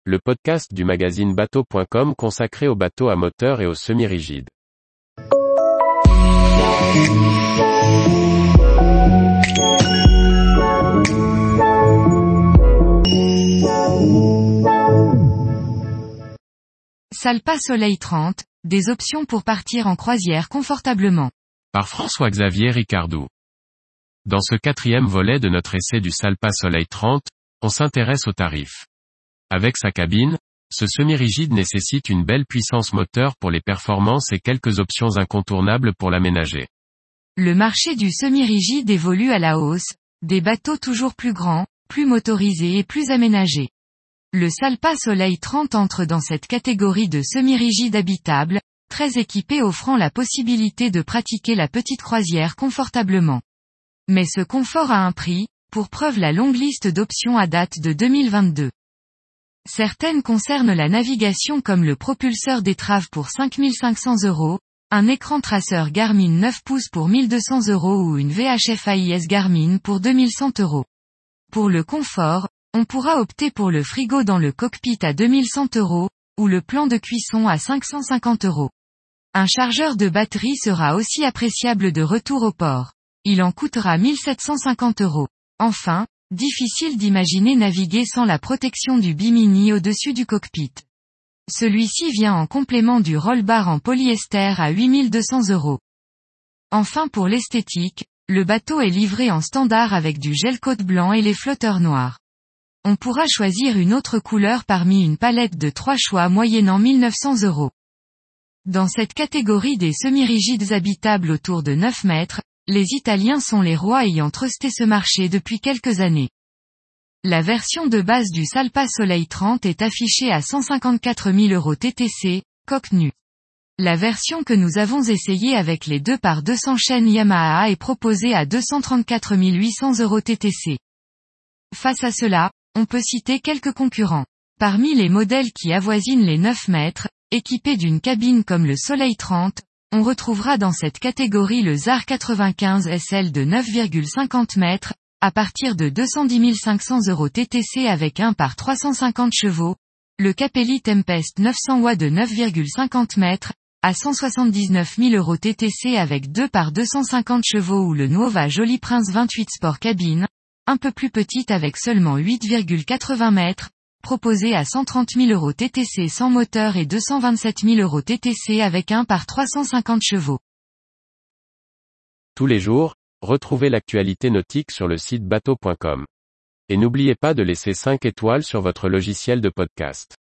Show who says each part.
Speaker 1: le podcast du magazine bateau.com consacré aux bateaux à moteur et aux semi-rigides.
Speaker 2: Salpa Soleil 30, des options pour partir en croisière confortablement.
Speaker 1: Par François-Xavier Ricardou. Dans ce 4e volet de notre essai du Salpa Soleil 30, on s'intéresse aux tarifs. Avec sa cabine, ce semi-rigide nécessite une belle puissance moteur pour les performances et quelques options incontournables pour l'aménager.
Speaker 2: Le marché du semi-rigide évolue à la hausse, des bateaux toujours plus grands, plus motorisés et plus aménagés. Le Salpa Soleil 30 entre dans cette catégorie de semi-rigide habitable, très équipé offrant la possibilité de pratiquer la petite croisière confortablement. Mais ce confort a un prix, pour preuve la longue liste d'options à date de 2022. Certaines concernent la navigation comme le propulseur d'étrave pour 5 500 €, un écran traceur Garmin 9 pouces pour 1 200 € ou une VHF AIS Garmin pour 2100 €. Pour le confort, on pourra opter pour le frigo dans le cockpit à 2100 €, ou le plan de cuisson à 550 €. Un chargeur de batterie sera aussi appréciable de retour au port. Il en coûtera 1750 €. Enfin, difficile d'imaginer naviguer sans la protection du bimini au-dessus du cockpit. Celui-ci vient en complément du roll-bar en polyester à 8200 €. Enfin pour l'esthétique, le bateau est livré en standard avec du gel-coat blanc et les flotteurs noirs. On pourra choisir une autre couleur parmi une palette de 3 choix moyennant 1900 €. Dans cette catégorie des semi-rigides habitables autour de 9 mètres, les Italiens sont les rois ayant trusté ce marché depuis quelques années. La version de base du Salpa Soleil 30 est affichée à 154 000 € TTC, coque nue. La version que nous avons essayée avec les 2x200 chaînes Yamaha est proposée à 234 800 € TTC. Face à cela, on peut citer quelques concurrents. Parmi les modèles qui avoisinent les 9 mètres, équipés d'une cabine comme le Soleil 30, on retrouvera dans cette catégorie le ZAR 95 SL de 9,50 mètres, à partir de 210 500 € TTC avec 1x350 chevaux, le Capelli Tempest 900 watts de 9,50 mètres, à 179 000 € TTC avec 2x250 chevaux ou le Nuova Jolly Prince 28 Sport Cabine, un peu plus petite avec seulement 8,80 mètres, proposé à 130 000 € TTC sans moteur et 227 000 € TTC avec 1x350 chevaux.
Speaker 1: Tous les jours, retrouvez l'actualité nautique sur le site bateau.com. Et n'oubliez pas de laisser 5 étoiles sur votre logiciel de podcast.